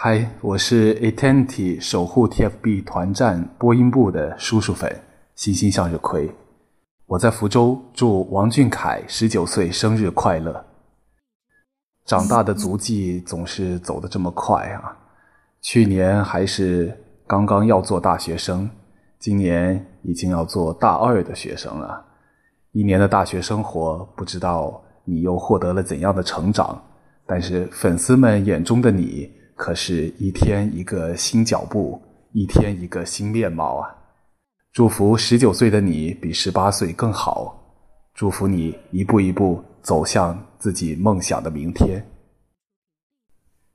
嗨，我是 Eternity 守护 TFB 团战播音部的叔叔粉，欣欣向日葵。我在福州，祝王俊凯19岁生日快乐。长大的足迹总是走得这么快啊！去年还是刚刚要做大学生，今年已经要做大二的学生了。1年的大学生活，不知道你又获得了怎样的成长，但是粉丝们眼中的你可是一天一个新脚步，一天一个新面貌啊！祝福19岁的你比18岁更好，祝福你一步一步走向自己梦想的明天。